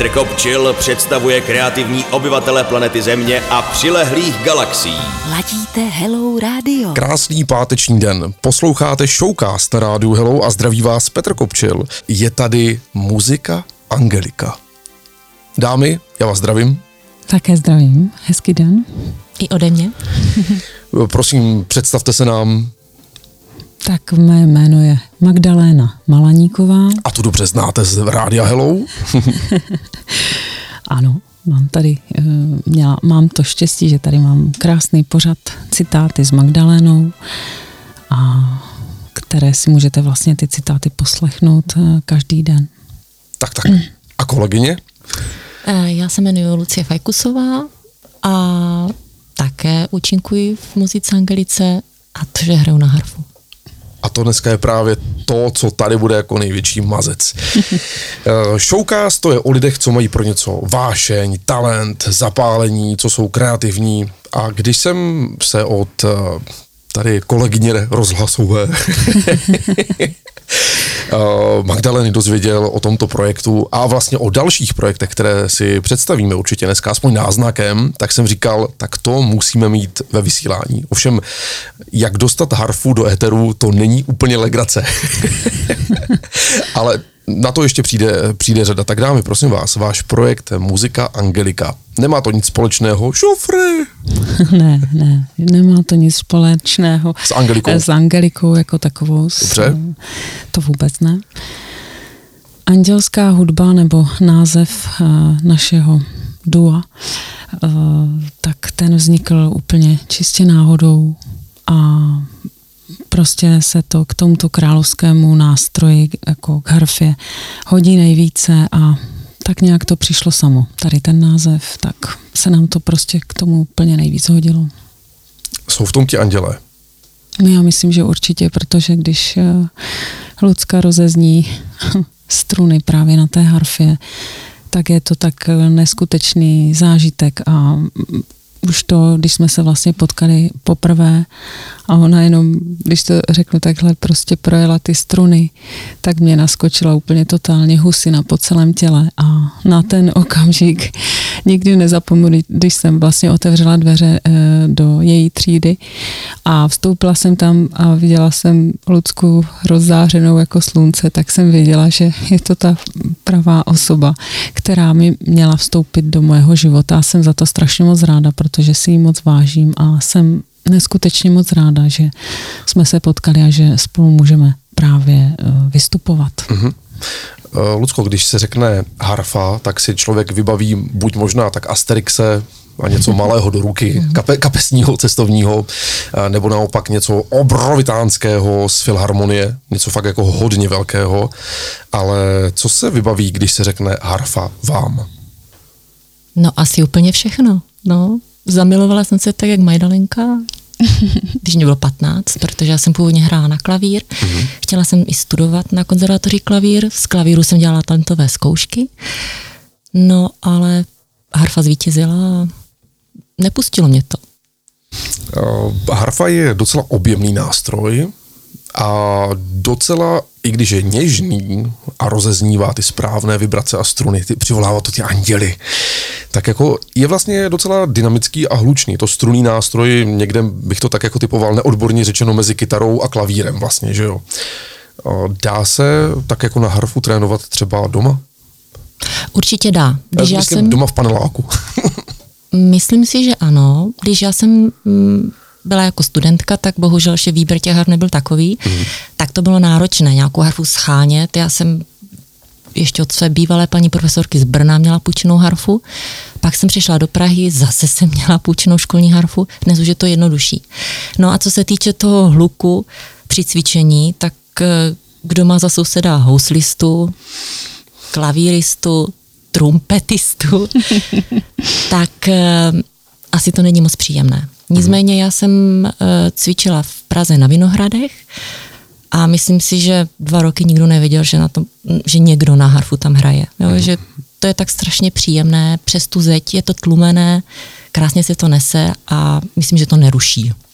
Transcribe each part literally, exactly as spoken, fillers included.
Petr Kopčil představuje kreativní obyvatele planety Země a přilehlých galaxií. Ladíte Hello Radio. Krásný páteční den. Posloucháte Showcast na rádiu Hello a zdraví vás Petr Kopčil. Je tady muzika Angelika. Dámy, já vás zdravím. Také zdravím. Hezký den. I ode mě. Prosím, představte se nám. Tak mé jméno je Magdaléna Malaníková. A tu dobře znáte z rádia Hello? Ano, mám tady, měla, mám to štěstí, že tady mám krásný pořad citáty s Magdalénou, a které si můžete vlastně ty citáty poslechnout každý den. Tak, tak. A kolegyně? Já se jmenuji Lucie Fajkusová a také účinkuji v muzice Angelice, a to, že hraju na harfu. A to dneska je právě to, co tady bude jako největší mazec. Showcast to je o lidech, co mají pro něco vášeň, talent, zapálení, co jsou kreativní. A když jsem se od tady kolegyně rozhlasové Magdalény dozvěděl o tomto projektu a vlastně o dalších projektech, které si představíme určitě dneska aspoň náznakem, tak jsem říkal, tak to musíme mít ve vysílání. Ovšem, jak dostat harfu do éteru, to není úplně legrace. Ale na to ještě přijde, přijde řada. Tak dámy, prosím vás, váš projekt Muzika Angelika. Nemá to nic společného, šofry. Ne, ne, nemá to nic společného. S Angelikou? S Angelikou jako takovou. Dobře. To vůbec ne. Andělská hudba nebo název uh, našeho dua, uh, tak ten vznikl úplně čistě náhodou a prostě se to k tomuto královskému nástroji, jako k harfě, hodí nejvíce a tak nějak to přišlo samo. Tady ten název, tak se nám to prostě k tomu úplně nejvíc hodilo. Jsou v tom ti andělé? Já myslím, že určitě, protože když Lucka rozezní struny právě na té harfě, tak je to tak neskutečný zážitek a už to, když jsme se vlastně potkali poprvé a ona jenom, když to řeknu takhle, prostě projela ty struny, tak mě naskočila úplně totálně husina po celém těle a na ten okamžik nikdy nezapomenu, když jsem vlastně otevřela dveře e, do její třídy a vstoupila jsem tam a viděla jsem Lucku rozzářenou jako slunce, tak jsem věděla, že je to ta pravá osoba, která mi měla vstoupit do mého života a jsem za to strašně moc ráda, protože si ji moc vážím a jsem neskutečně moc ráda, že jsme se potkali a že spolu můžeme právě vystupovat. Mm-hmm. Lucko, když se řekne harfa, tak si člověk vybaví buď možná tak Asterixe a něco malého do ruky, kape, kapesního, cestovního, nebo naopak něco obrovitánského z filharmonie, něco fakt jako hodně velkého, ale co se vybaví, když se řekne harfa vám? No asi úplně všechno, no. Zamilovala jsem se tak, jak Majdalenka, když mě bylo patnáct, protože já jsem původně hrála na klavír. Mm-hmm. Chtěla jsem i studovat na konzervatoři klavír. Z klavíru jsem dělala talentové zkoušky. No, ale harfa zvítězila a nepustilo mě to. Uh, harfa je docela objemný nástroj a docela, i když je něžný a rozeznívá ty správné vibrace a struny, ty, přivolává to ty anděly, tak jako je vlastně docela dynamický a hlučný. To strunný nástroj, někde bych to tak jako typoval neodborně řečeno mezi kytarou a klavírem vlastně, že jo. Dá se tak jako na harfu trénovat třeba doma? Určitě dá. Když já, já myslím jsem... doma v paneláku. Myslím si, že ano. Když já jsem byla jako studentka, tak bohužel ještě výběr těch harf nebyl takový, mm. tak to bylo náročné nějakou harfu schánět. Já jsem ještě od své bývalé paní profesorky z Brna měla půjčenou harfu, pak jsem přišla do Prahy, zase jsem měla půjčenou školní harfu, dnes už je to jednodušší. No a co se týče toho hluku při cvičení, tak kdo má za souseda houslistu, klavíristu, trumpetistu, tak asi to není moc příjemné. Nicméně já jsem cvičila v Praze na Vinohradech a myslím si, že dva roky nikdo nevěděl, že, na tom, že někdo na harfu tam hraje. Jo? Že to je tak strašně příjemné, přes tu zeď je to tlumené, krásně se to nese a myslím, že to neruší.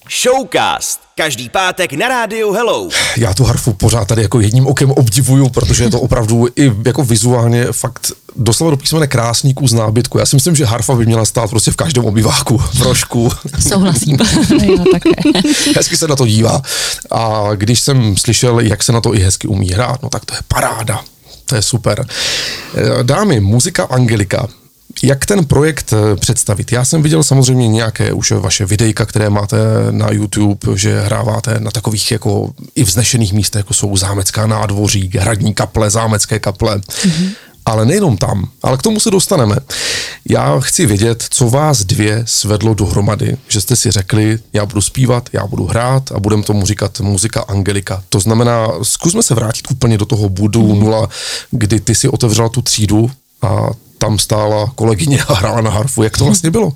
Showcast. Každý pátek na rádiu Hello. Já tu harfu pořád tady jako jedním okem obdivuju, protože je to opravdu i jako vizuálně fakt doslova do písmene krásný kus nábytku. Já si myslím, že harfa by měla stát prostě v každém obyváku, v rožku. Souhlasím. Já také. Hezky se na to dívá. A když jsem slyšel, jak se na to i hezky umí hrát, no tak to je paráda. To je super. Dámy, muzika Angelika. Jak ten projekt představit? Já jsem viděl samozřejmě nějaké už vaše videjka, které máte na YouTube, že hráváte na takových jako i vznešených místech, jako jsou zámecká nádvoří, hradní kaple, zámecké kaple. Mm-hmm. Ale nejenom tam, ale k tomu se dostaneme. Já chci vědět, co vás dvě svedlo dohromady, že jste si řekli, já budu zpívat, já budu hrát a budeme tomu říkat muzika Angelika. To znamená, zkusme se vrátit úplně do toho bodu nula, kdy ty si otevřela tu třídu a tam stála kolegyně a hrála na harfu. Jak to vlastně bylo?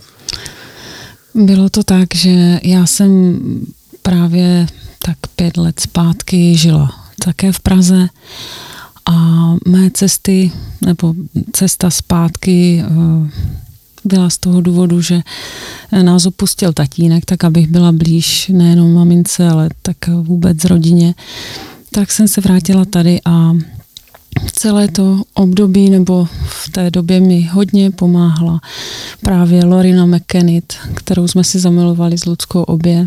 Bylo to tak, že já jsem právě tak pět let zpátky žila také v Praze a mé cesty, nebo cesta zpátky byla z toho důvodu, že nás opustil tatínek, tak abych byla blíž nejenom mamince, ale tak vůbec rodině. Tak jsem se vrátila tady a celé to období, nebo v té době mi hodně pomáhala právě Lorina McKennitt, kterou jsme si zamilovali s Luckou obě.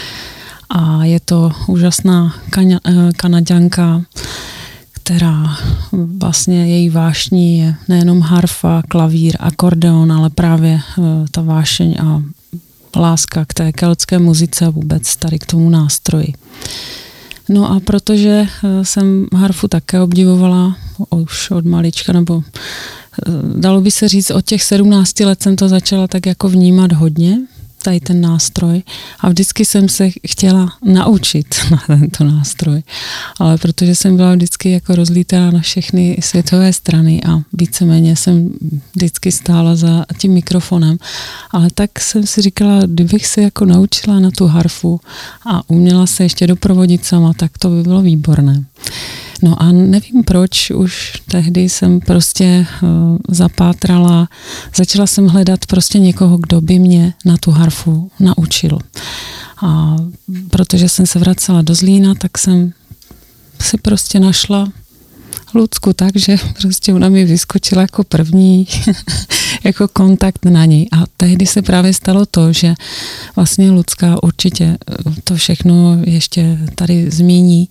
A je to úžasná kaňa- Kanaďanka, která vlastně její vášní je nejenom harfa, klavír, akordeon, ale právě ta vášeň a láska k té keltské muzice a vůbec tady k tomu nástroji. No a protože jsem harfu také obdivovala už od malička, nebo dalo by se říct, od těch sedmnácti let jsem to začala tak jako vnímat hodně, tady ten nástroj. A vždycky jsem se chtěla naučit na tento nástroj. Ale protože jsem byla vždycky jako rozlítá na všechny světové strany a víceméně jsem vždycky stála za tím mikrofonem. Ale tak jsem si říkala, kdybych se jako naučila na tu harfu a uměla se ještě doprovodit sama, tak to by bylo výborné. No a nevím proč, už tehdy jsem prostě uh, zapátrala, začala jsem hledat prostě někoho, kdo by mě na tu harfu naučil. A protože jsem se vracela do Zlína, tak jsem si prostě našla Lucku tak, že prostě ona mi vyskočila jako první jako kontakt na ní. A tehdy se právě stalo to, že vlastně Lucka určitě to všechno ještě tady zmíní,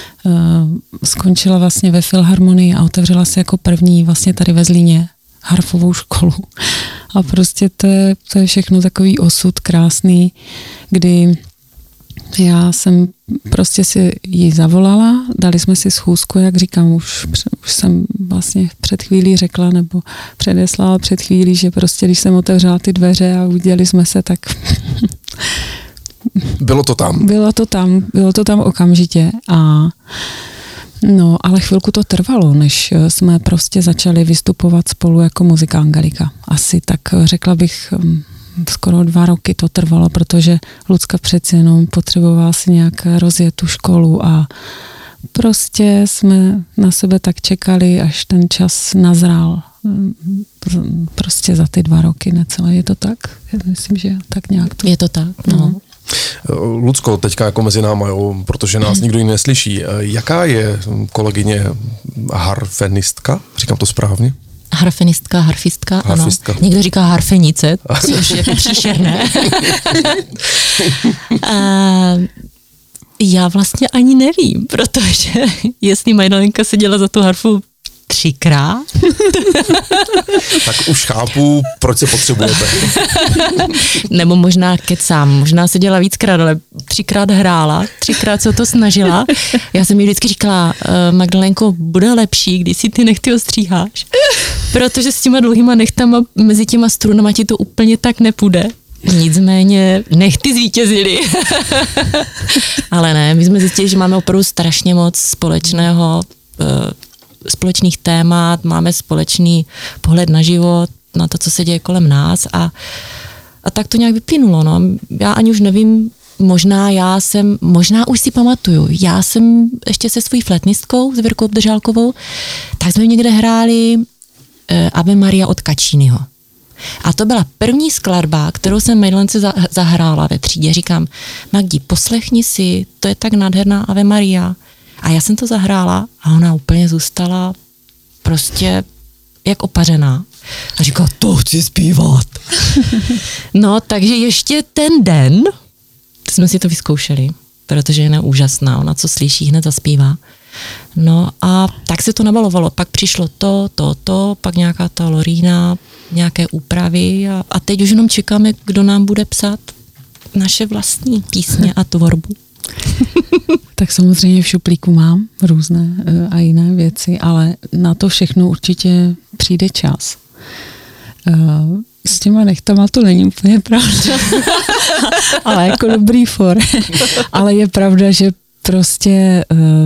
skončila vlastně ve Filharmonii a otevřela se jako první vlastně tady ve Zlíně harfovou školu. A prostě to je, to je všechno takový osud krásný, kdy já jsem prostě si ji zavolala, dali jsme si schůzku, jak říkám, už, už jsem vlastně před chvílí řekla, nebo předeslala před chvílí, že prostě když jsem otevřela ty dveře a udělali jsme se, tak bylo to tam. Bylo to tam, bylo to tam okamžitě a no, ale chvilku to trvalo, než jsme prostě začali vystupovat spolu jako muzika Angelika. Asi tak řekla bych, skoro dva roky to trvalo, protože Lucka přeci jenom potřebovala si nějak rozjet tu školu a prostě jsme na sebe tak čekali, až ten čas nazrál. Prostě za ty dva roky necelé. Je to tak? Já myslím, že tak nějak to... Je to tak, no. no. Lucko, teďka jako mezi náma, jo, protože nás nikdo jiný neslyší. Jaká je kolegyně harfenistka? Říkám to správně? Harfenistka, harfistka, harfistka. Ano. Někdo říká harfenice, což je příšerné. A já vlastně ani nevím, protože jestli Majdalenka seděla za tu harfu třikrát. Tak už chápu, proč se potřebujete. Nebo možná kecám, možná seděla víckrát, ale třikrát hrála, třikrát se o to snažila. Já jsem jí vždycky říkala, Magdalenko, bude lepší, když si ty nechty ostříháš, protože s těma dlouhýma nechtama mezi těma strunama ti to úplně tak nepůjde. Nicméně nechty zvítězily. Ale ne, my jsme zjistili, že máme opravdu strašně moc společného společných témat, máme společný pohled na život, na to, co se děje kolem nás a, a tak to nějak vyplynulo. No. Já ani už nevím, možná já jsem, možná už si pamatuju, já jsem ještě se svojí flétnistkou, s Věrkou Obdržálkovou, tak jsme někde hráli uh, Ave Maria od Cacciniho. A to byla první skladba, kterou jsem Majdlence zahrála ve třídě. Říkám, Magdi, poslechni si, to je tak nádherná Ave Maria. A já jsem to zahrála a ona úplně zůstala prostě jak opařená. A říkala, to chci zpívat. No, takže ještě ten den jsme si to vyzkoušeli, protože je úžasná, ona co slyší, hned zaspívá. No a tak se to nabalovalo, pak přišlo to, to, to, pak nějaká ta Lorína, nějaké úpravy a, a teď už jenom čekáme, kdo nám bude psát naše vlastní písně a tvorbu. Tak samozřejmě v šuplíku mám různé a jiné věci, ale na to všechno určitě přijde čas. S těma nechtama to není úplně pravda, ale jako dobrý for. Ale je pravda, že prostě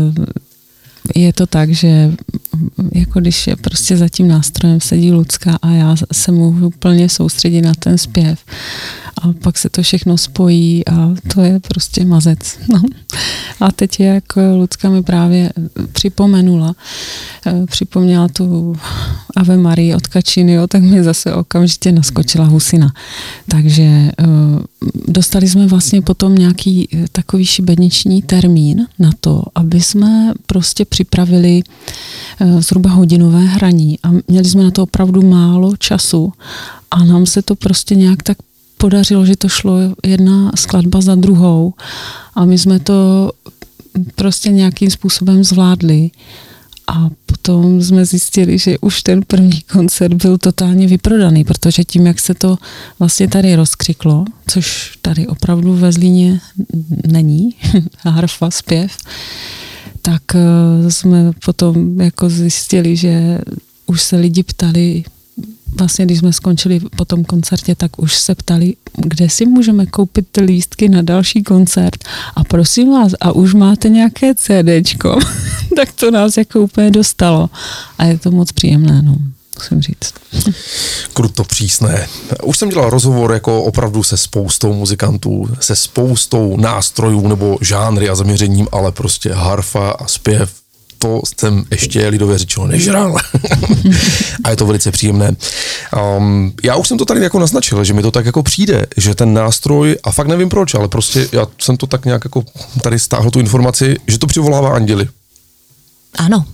je to tak, že jako když je prostě za tím nástrojem sedí Lucka a já se můžu plně soustředit na ten zpěv a pak se to všechno spojí a to je prostě mazec. No. A teď je, jak Lucka mi právě připomenula, připomněla tu Ave Marii od Cacciniho, tak mi zase okamžitě naskočila husina. Takže dostali jsme vlastně potom nějaký takový šibeniční termín na to, aby jsme prostě připravili zhruba hodinové hraní a měli jsme na to opravdu málo času a nám se to prostě nějak tak podařilo, že to šlo jedna skladba za druhou a my jsme to prostě nějakým způsobem zvládli a potom jsme zjistili, že už ten první koncert byl totálně vyprodaný, protože tím, jak se to vlastně tady rozkřiklo, což tady opravdu ve Zlíně není, harfa, zpěv, tak jsme potom jako zjistili, že už se lidi ptali, vlastně když jsme skončili po tom koncertě, tak už se ptali, kde si můžeme koupit ty lístky na další koncert. A prosím vás, a už máte nějaké CDčko? Tak to nás jako úplně dostalo. A je to moc příjemné, no, musím říct. Kruto přísné. Už jsem dělal rozhovor jako opravdu se spoustou muzikantů, se spoustou nástrojů nebo žánry a zaměřením, ale prostě harfa a zpěv, to jsem ještě lidově řečeno nežral. A je to velice příjemné. Um, já už jsem to tady jako naznačil, že mi to tak jako přijde, že ten nástroj, a fakt nevím proč, ale prostě já jsem to tak nějak jako tady stáhl tu informaci, že to přivolává anděly. Ano.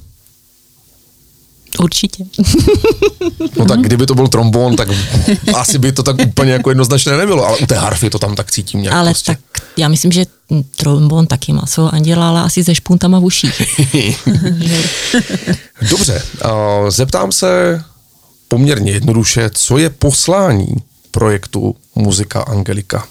Určitě. No tak kdyby to byl trombon, tak asi by to tak úplně jako jednoznačné nebylo, ale u té harfy to tam tak cítím nějak. Ale prostě. tak já myslím, že trombon taky má svého anděla, ale asi se špuntama v uších. Dobře, uh, zeptám se poměrně jednoduše, co je poslání projektu Muzika Angelika?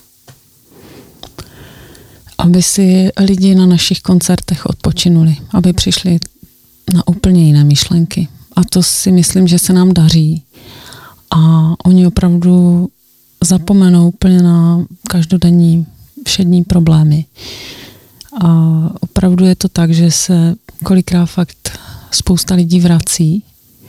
Aby si lidi na našich koncertech odpočinuli, aby přišli na úplně jiné myšlenky. A to si myslím, že se nám daří. A oni opravdu zapomenou úplně na každodenní všední problémy. A opravdu je to tak, že se kolikrát fakt spousta lidí vrací.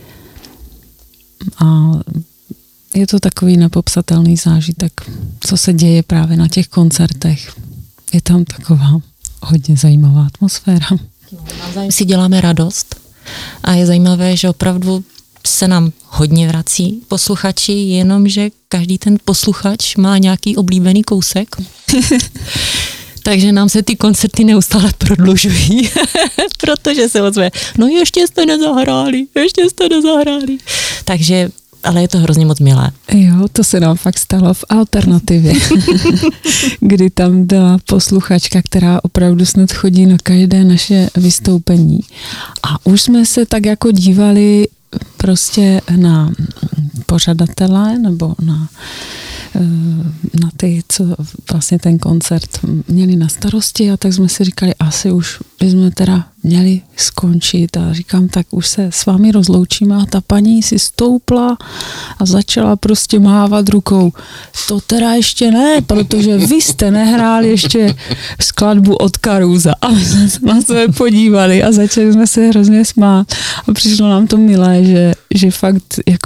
A je to takový nepopsatelný zážitek, co se děje právě na těch koncertech. Je tam taková hodně zajímavá atmosféra. Navzájem si děláme radost a je zajímavé, že opravdu se nám hodně vrací posluchači, jenomže každý ten posluchač má nějaký oblíbený kousek. Takže nám se ty koncerty neustále prodlužují, protože se ozve, no ještě jste nezahráli, ještě jste nezahráli. Takže, ale je to hrozně moc milé. Jo, to se nám fakt stalo v Alternativě, kdy tam byla posluchačka, která opravdu snad chodí na každé naše vystoupení. A už jsme se tak jako dívali prostě na pořadatele nebo na, na ty, co vlastně ten koncert měli na starosti, a tak jsme si říkali, asi už bychom teda měli skončit, a říkám, tak už se s vámi rozloučíme, a ta paní si stoupla a začala prostě mávat rukou. To teda ještě ne, protože vy jste nehráli ještě skladbu od Carusa. A my jsme se na sebe podívali a začali jsme se hrozně smát a přišlo nám to milé, že, že fakt jako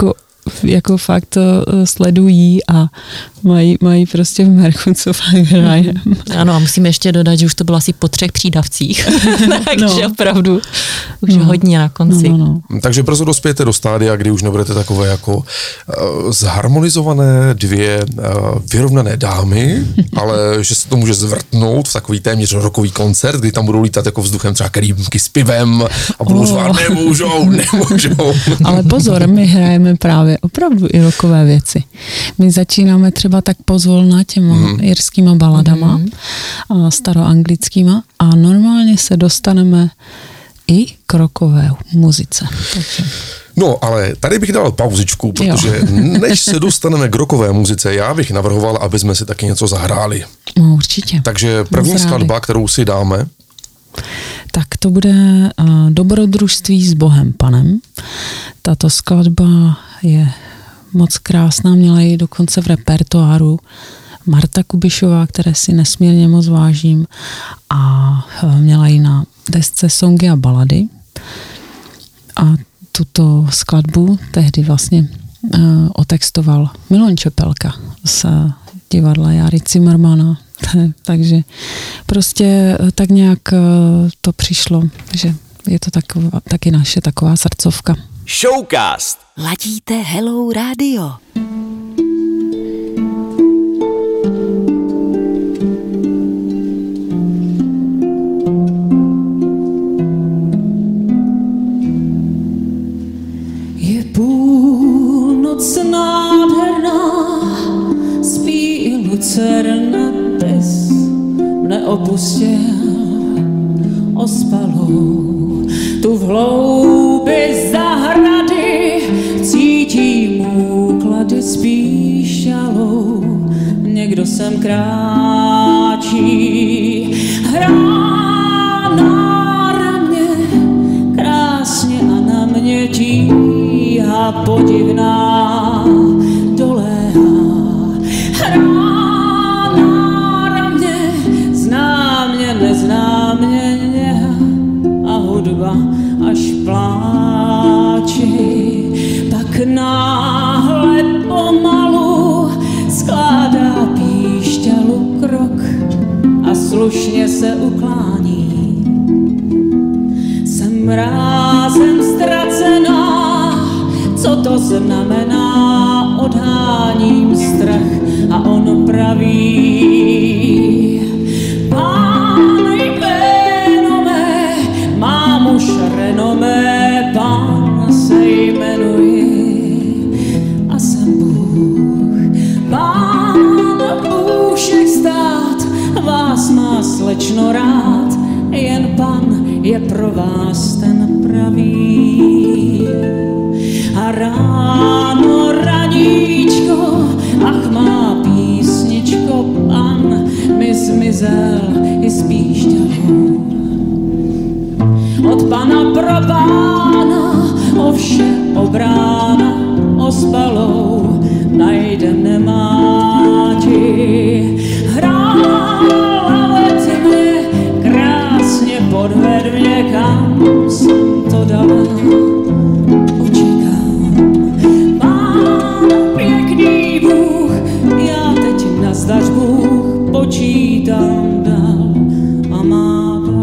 jako fakt to sledují a mají, mají prostě v merchu, co fakt hraje. Ano, a musím ještě dodat, že už to bylo asi po třech přídavcích, takže no. opravdu už no. hodně na konci. No, no, no. Takže brzo dospějete do stádia, kdy už nebudete takové jako uh, zharmonizované dvě uh, vyrovnané dámy, ale že se to může zvrtnout v takový téměř rokový koncert, kdy tam budou lítat jako vzduchem třeba kelímky s pivem a budou oh. zvát, nemůžou, nemůžou. Ale pozor, my hrajeme právě opravdu i rockové věci. My začínáme třeba tak pozvolna těma mm. jirskýma baladama, mm. a staroanglickýma a normálně se dostaneme i k rockové muzice. Takže... No, ale tady bych dal pauzičku, protože jo. než se dostaneme k rockové muzice, já bych navrhoval, aby jsme si taky něco zahráli. No, určitě. Takže první Zráli. skladba, kterou si dáme, tak to bude uh, Dobrodružství s Bohem Panem. Tato skladba je moc krásná, měla ji dokonce v repertoáru Marta Kubišová, které si nesmírně moc vážím, a uh, měla ji na desce Songy a balady. A tuto skladbu tehdy vlastně uh, otextoval Milan Čepelka z uh, divadla Járy Cimrmana. Takže prostě tak nějak to přišlo, že je to taková, taky naše taková srdcovka. Showcast. Ladíte Hello Radio. Je půlnoc nádherná, spí lucerna, dnes mne opustil ospalou. Tu v hloubi zahrady cítím úklady spíš šalou. Někdo sem kráčí, hrá na ramě, krásně a na mě tíha podivná, doléhá. Hrá nezná mě něha a hudba až pláči. Pak náhle pomalu skládá píšťalu krok a slušně se uklání. Jsem rázem ztracená, co to znamená, odháním strach a on praví. Renomé, Pán se jmenuji a jsem Bůh. Pán Bůh všech stát vás má slečno rád, jen Pan je pro vás ten pravý. A ráno raníčko, ach má písničko, Pan mi zmizel i s píšťalou. Od Pana pro Pána, o vše obrána, ospalou najdem nemáti. Hrála ve tmě, krásně podved mě, kam jsem to dala, utíkám. Pán pěkný Bůh, já teď nazdař Bůh, počítám dál a mám.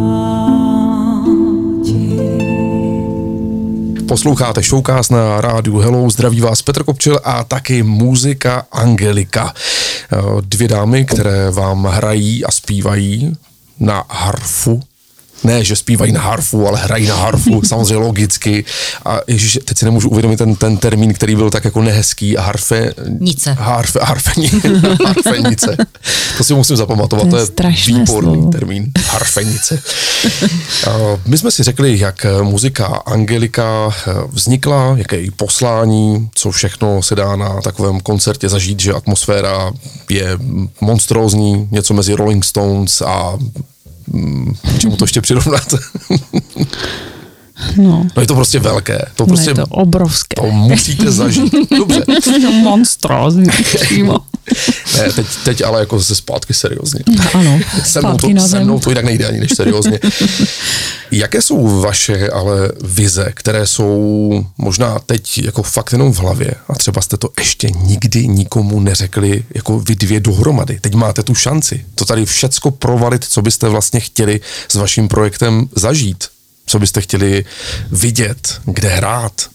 Posloucháte Showcast na rádiu Hello, zdraví vás Petr Kopčil a taky muzika Angelika. Dvě dámy, které vám hrají a zpívají na harfu. Ne, že zpívají na harfu, ale hrají na harfu, samozřejmě logicky. A ježiš, teď si nemůžu uvědomit ten, ten termín, který byl tak jako nehezký. Harfe... Nice. Harfe, harfeni, harfenice. To si musím zapamatovat, to je, to je výborný slovo. Termín. Harfenice. My jsme si řekli, jak muzika Angelika vznikla, jaké je její poslání, co všechno se dá na takovém koncertě zažít, že atmosféra je monstrózní, něco mezi Rolling Stones a čemu to ještě přirovnat? No. No je to prostě velké. To No prostě, je to obrovské. To musíte zažít. Dobře. Monstrózní přímo. Ne, teď, teď ale jako zase zpátky seriózně. Ano, Se mnou, zpátky to, na se zem. mnou to jinak nejde ani než seriózně. Jaké jsou vaše ale vize, které jsou možná teď jako fakt jenom v hlavě a třeba jste to ještě nikdy nikomu neřekli jako vy dvě dohromady. Teď máte tu šanci to tady všecko provalit, co byste vlastně chtěli s vaším projektem zažít, co byste chtěli vidět, kde hrát.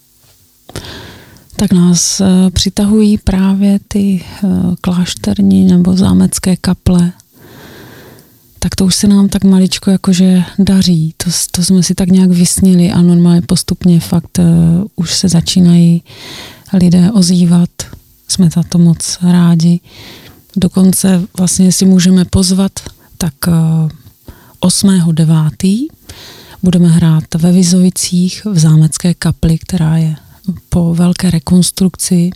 Tak nás uh, přitahují právě ty uh, klášterní nebo zámecké kaple. Tak to už se nám tak maličko jakože daří. To, to jsme si tak nějak vysnili a normálně postupně fakt uh, už se začínají lidé ozývat. Jsme za to moc rádi. Dokonce vlastně si můžeme pozvat, tak uh, osmého devátého budeme hrát ve Vizovicích v zámecké kapli, která je po velké rekonstrukci,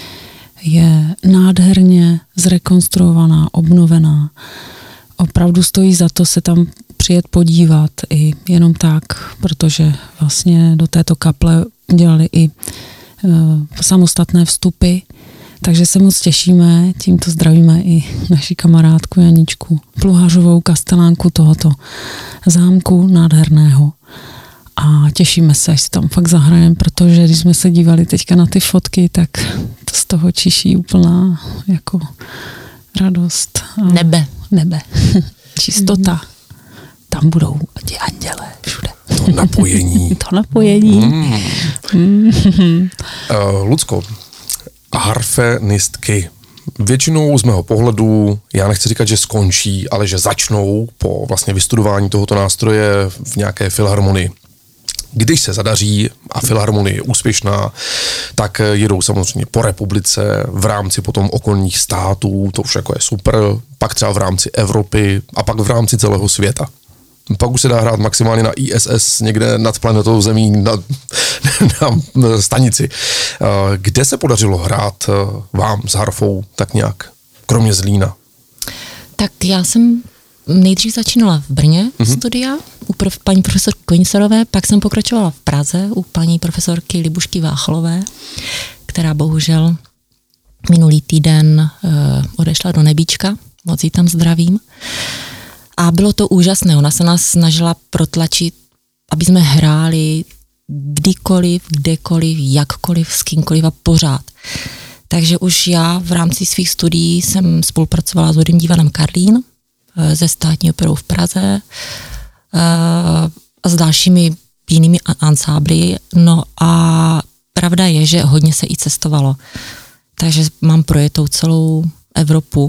je nádherně zrekonstruovaná, obnovená. Opravdu stojí za to se tam přijet podívat i jenom tak, protože vlastně do této kaple udělali i e, samostatné vstupy, takže se moc těšíme, tímto zdravíme i naši kamarádku Janičku Pluhařovou, kastelánku tohoto zámku nádherného. A těšíme se, až si tam fakt zahrajeme, protože když jsme se dívali teďka na ty fotky, tak to z toho čiší úplná jako radost. A Nebe. Nebe. Čistota. Tam budou ti anděle všude. To napojení. To napojení. Mm. Mm. Uh, Lucko, harfenistky. Většinou z mého pohledu, já nechci říkat, že skončí, ale že začnou po vlastně vystudování tohoto nástroje v nějaké filharmonii. Když se zadaří a filharmonie je úspěšná, tak jedou samozřejmě po republice, v rámci potom okolních států, to už jako je super, pak třeba v rámci Evropy a pak v rámci celého světa. Pak už se dá hrát maximálně na I S S někde nad planetou Zemí na, na stanici. Kde se podařilo hrát vám s harfou tak nějak, kromě Zlína? Tak já jsem nejdřív začínala v Brně mm-hmm. studia u prof, paní profesorky Konícerové, pak jsem pokračovala v Praze u paní profesorky Libušky Váchalové, která bohužel minulý týden uh, odešla do nebíčka, moc jí tam zdravím. A bylo to úžasné, ona se nás snažila protlačit, aby jsme hráli kdykoliv, kdekoliv, jakkoliv, s kýmkoliv a pořád. Takže už já v rámci svých studií jsem spolupracovala s Hudebním divadlem Karlín, ze Státní operou v Praze a s dalšími jinými ansábly. No a pravda je, že hodně se i cestovalo. Takže mám projetou celou Evropu.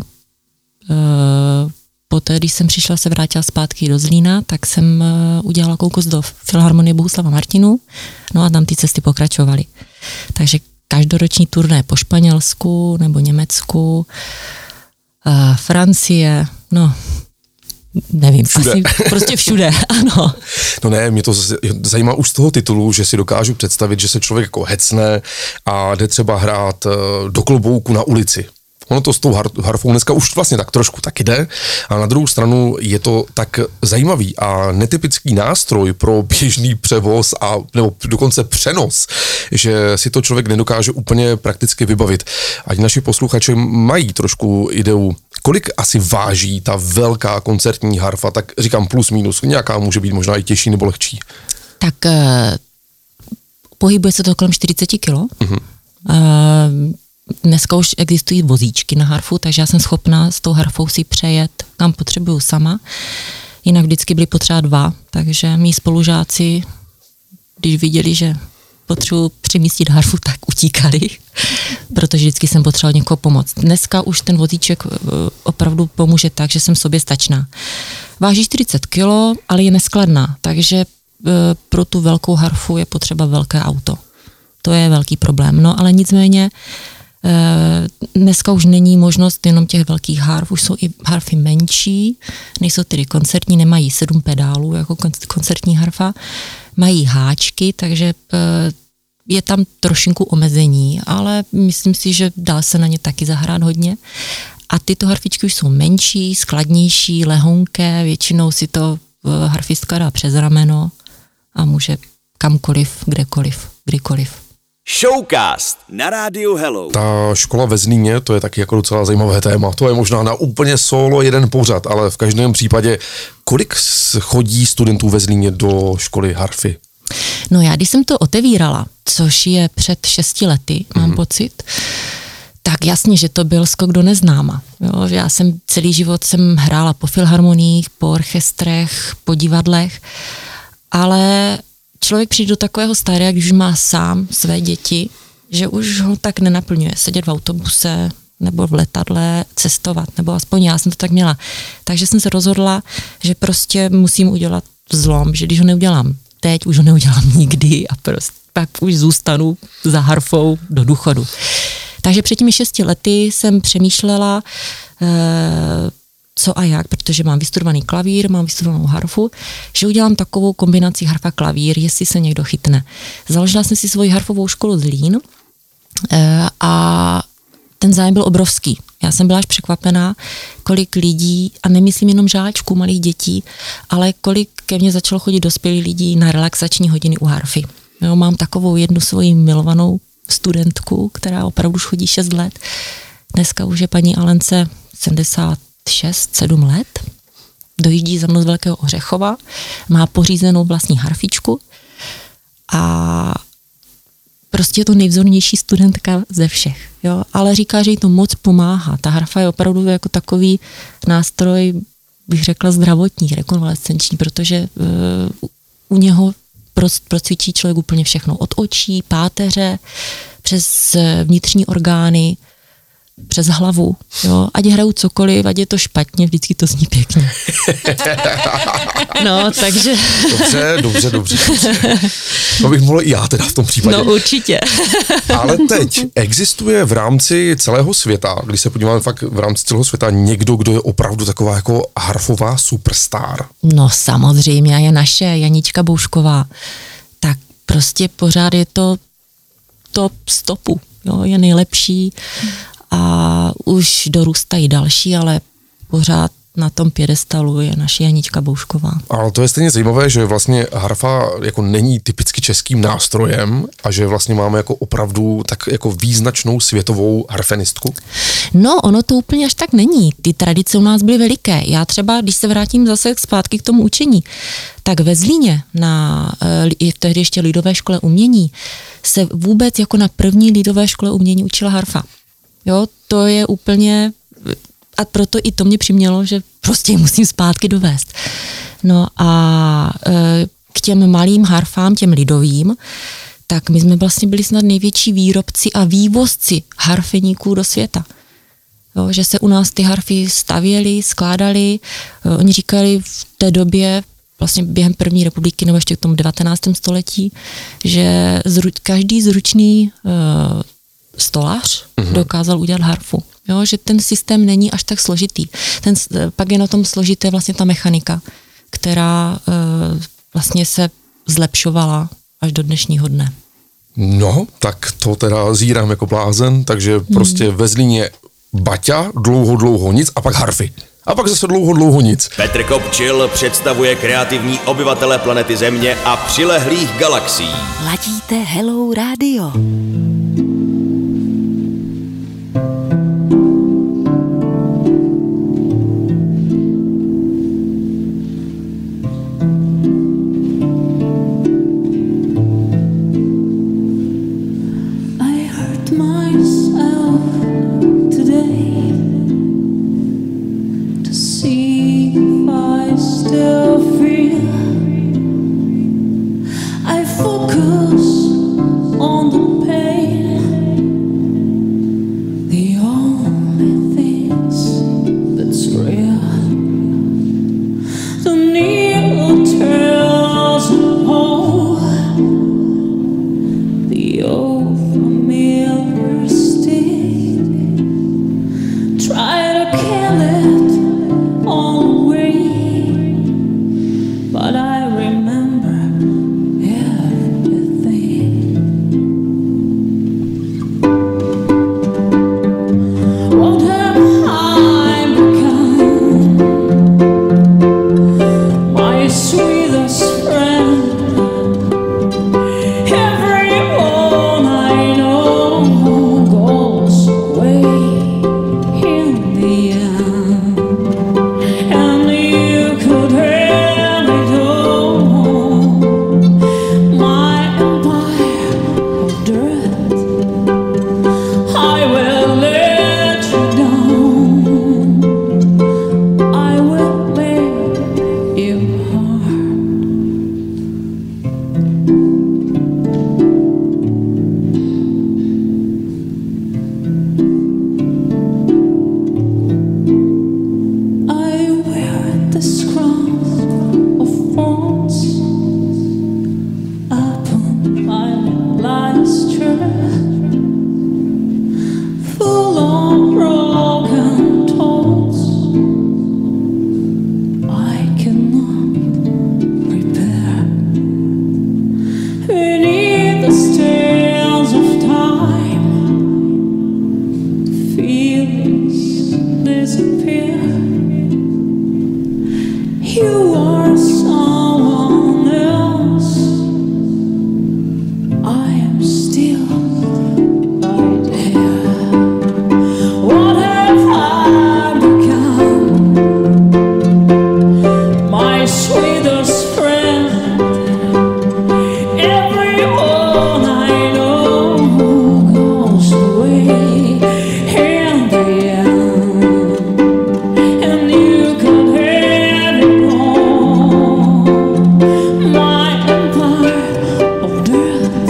Poté, když jsem přišla, se vrátila zpátky do Zlína, tak jsem udělala konkurs do Filharmonie Bohuslava Martinů, no a tam ty cesty pokračovaly. Takže každoroční turné po Španělsku nebo Německu, uh, Francie, no, nevím, všude. asi prostě všude, ano. No ne, mě to zajímá už z toho titulu, že si dokážu představit, že se člověk jako hecne a jde třeba hrát do klobouku na ulici. Ono to s tou harfou dneska už vlastně tak trošku taky jde, a na druhou stranu je to tak zajímavý a netypický nástroj pro běžný převoz a nebo dokonce přenos, že si to člověk nedokáže úplně prakticky vybavit. Ať naši posluchači mají trošku ideu, kolik asi váží ta velká koncertní harfa, tak říkám plus minus, nějaká může být možná i těžší nebo lehčí. Tak uh, pohybuje se to kolem čtyřicet kilo. Uh-huh. Uh, Dneska už existují vozíčky na harfu, takže já jsem schopná s tou harfou si přejet, kam potřebuju sama. Jinak vždycky byly potřeba dva, takže mý spolužáci, když viděli, že potřebuji přemístit harfu, tak utíkali, protože vždycky jsem potřebovala někoho pomoct. Dneska už ten vozíček opravdu pomůže tak, že jsem sobě stačná. Váží čtyřicet kilo, ale je neskladná, takže pro tu velkou harfu je potřeba velké auto. To je velký problém. No ale nicméně dneska už není možnost jenom těch velkých harf, už jsou i harfy menší, nejsou tedy koncertní, nemají sedm pedálů jako koncertní harfa, mají háčky, takže je tam trošinku omezení, ale myslím si, že dá se na ně taky zahrát hodně. A tyto harfičky už jsou menší, skladnější, lehonké, většinou si to harfistka dá přes rameno a může kamkoliv, kdekoliv, kdykoliv. Showcast na rádiu Hello. Ta škola ve Zlíně, to je taky jako docela zajímavé téma. To je možná na úplně solo jeden pořad, ale v každém případě, kolik chodí studentů ve Zlíně do školy harfy? No já, když jsem to otevírala, což je před šesti lety, mám mm. pocit, tak jasně, že to byl skok do neznáma. Jo, že já jsem celý život jsem hrála po filharmoniích, po orchestrech, po divadlech, ale člověk přijde do takového stádia, když už má sám své děti, že už ho tak nenaplňuje sedět v autobuse nebo v letadle, cestovat, nebo aspoň já jsem to tak měla. Takže jsem se rozhodla, že prostě musím udělat zlom, že když ho neudělám teď, už ho neudělám nikdy a prostě pak už zůstanu za harfou do důchodu. Takže před těmi šesti lety jsem přemýšlela, co a jak, protože mám vystudovaný klavír, mám vystudovanou harfu, že udělám takovou kombinaci harfa klavír, jestli se někdo chytne. Založila jsem si svoji harfovou školu Zlín a ten zájem byl obrovský. Já jsem byla až překvapená, kolik lidí, a nemyslím jenom žáčků, malých dětí, ale kolik ke mně začalo chodit dospělí lidí na relaxační hodiny u harfy. Jo, mám takovou jednu svoji milovanou studentku, která opravdu už chodí šest let. Dneska už je paní Alence sedmdesát šest sedm let. Dojíždí za mnou z Velkého Ořechova, má pořízenou vlastní harfičku a prostě je to nejvzornější studentka ze všech. Jo? Ale říká, že jí to moc pomáhá. Ta harfa je opravdu jako takový nástroj, bych řekla, zdravotní, rekonvalescenční, protože uh, u něho procvičí člověk úplně všechno. Od očí, páteře, přes vnitřní orgány, přes hlavu. Jo? Ať hraju cokoliv, ať je to špatně, vždycky to zní pěkně. No, takže... Dobře, dobře, dobře. To bych mohl i já teda v tom případě. No, určitě. Ale teď existuje v rámci celého světa, když se podíváme fakt v rámci celého světa, někdo, kdo je opravdu taková jako harfová superstar? No, samozřejmě, je naše Janička Boušková. Tak prostě pořád je to top stopu. Jo? Je nejlepší a už dorůstají další, ale pořád na tom pědestalu je naše Janička Boušková. Ale to je stejně zajímavé, že vlastně harfa jako není typicky českým nástrojem a že vlastně máme jako opravdu tak jako význačnou světovou harfenistku. No, ono to úplně až tak není. Ty tradice u nás byly veliké. Já třeba, když se vrátím zase zpátky k tomu učení, tak ve Zlíně, na v tehdy ještě lidové škole umění, se vůbec jako na první lidové škole umění učila harfa. Jo, to je úplně... A proto i to mě přimělo, že prostě ji musím zpátky dovést. No a e, k těm malým harfám, těm lidovým, tak my jsme vlastně byli snad největší výrobci a vývozci harfeníků do světa. Jo, že se u nás ty harfy stavěly, skládaly. E, oni říkali v té době, vlastně během první republiky, nebo ještě v tom devatenáctém století, že zru, každý zručný e, stolař mm-hmm. dokázal udělat harfu. Jo, že ten systém není až tak složitý. Ten, pak je na tom složité vlastně ta mechanika, která e, vlastně se zlepšovala až do dnešního dne. No, tak to teda zírám jako blázen, takže hmm. prostě ve Zlíně baťa, dlouho, dlouho nic a pak harfy. A pak zase dlouho, dlouho nic. Petr Kopčil představuje kreativní obyvatele planety Země a přilehlých galaxií. Ladíte Hello Radio. Focus on the pain. disappear. You are someone else. I am still right here. What have I become? My sweetest friend. Everyone I know goes away in the end, and you can have it all. My empire of dirt,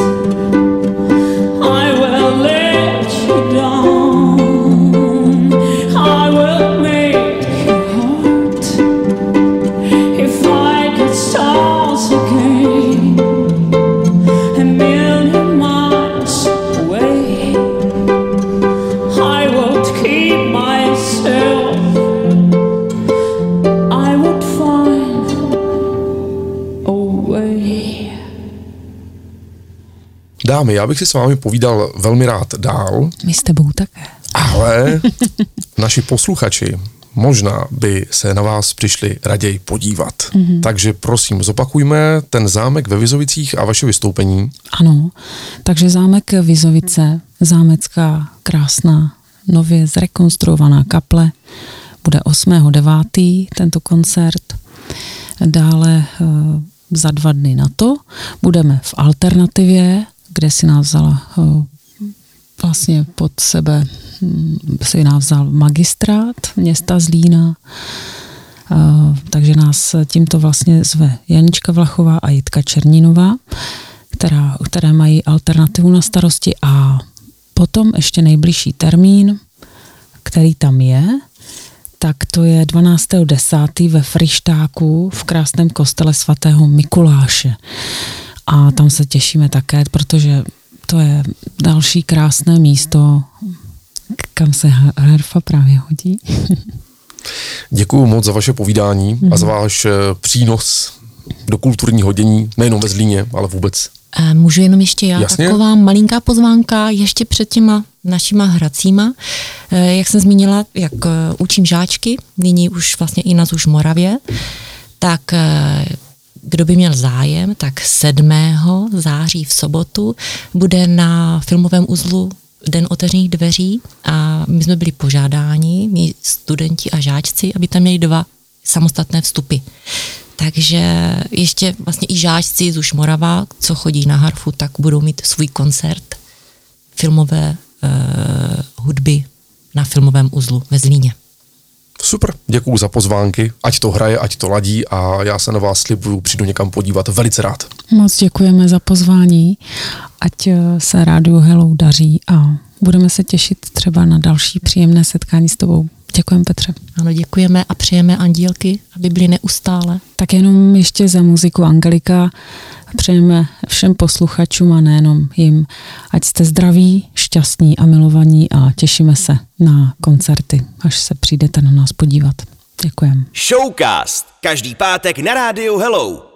I will let you down. I will make you hurt if I could start again. A million miles away, I would keep myself. I would find a way. Dámy, já bych si s vámi povídal velmi rád dál, My s tebou také. ale naši posluchači možná by se na vás přišli raději podívat. Mm-hmm. Takže prosím, zopakujme ten zámek ve Vizovicích a vaše vystoupení. Ano, takže zámek Vizovice, zámecká, krásná, nově zrekonstruovaná kaple, bude osmého devátého tento koncert. Dále e, za dva dny na to budeme v Alternativě, kde si nás vzala e, vlastně pod sebe, hm, si nás vzal magistrát města Zlína, e, takže nás tímto vlastně zve Janička Vlachová a Jitka Černinová, která, které mají Alternativu na starosti, a potom ještě nejbližší termín, který tam je, tak to je dvanáctého desátého ve Frištáku v krásném kostele svatého Mikuláše. A tam se těšíme také, protože to je další krásné místo, kam se harfa právě hodí. Děkuju moc za vaše povídání mm-hmm. a za váš přínos do kulturního dění, nejenom ve Zlíně, ale vůbec. Můžu jenom ještě já, Jasně. Taková malinká pozvánka ještě před těma našima hracíma. Jak jsem zmínila, jak učím žáčky, nyní už vlastně i na Zuž Moravě, tak kdo by měl zájem, tak sedmého září v sobotu bude na filmovém uzlu Den otevřených dveří a my jsme byli požádáni, my studenti a žáčci, aby tam měli dva samostatné vstupy. Takže ještě vlastně i žáčci z Zuž Morava, co chodí na harfu, tak budou mít svůj koncert filmové uh, hudby na filmovém uzlu ve Zlíně. Super, děkuju za pozvánky, ať to hraje, ať to ladí a já se na vás slibuju, přijdu někam podívat velice rád. Moc děkujeme za pozvání, ať se rádiu Hello daří a budeme se těšit třeba na další příjemné setkání s tebou. Děkujeme, Petře. Ano, děkujeme a přejeme andílky, aby byly neustále. Tak jenom ještě za muziku Angelika přejeme všem posluchačům a nejenom jim, ať jste zdraví, šťastní a milovaní a těšíme se na koncerty, až se přijdete na nás podívat. Děkujeme. Showcast. Každý pátek na rádiu Hello.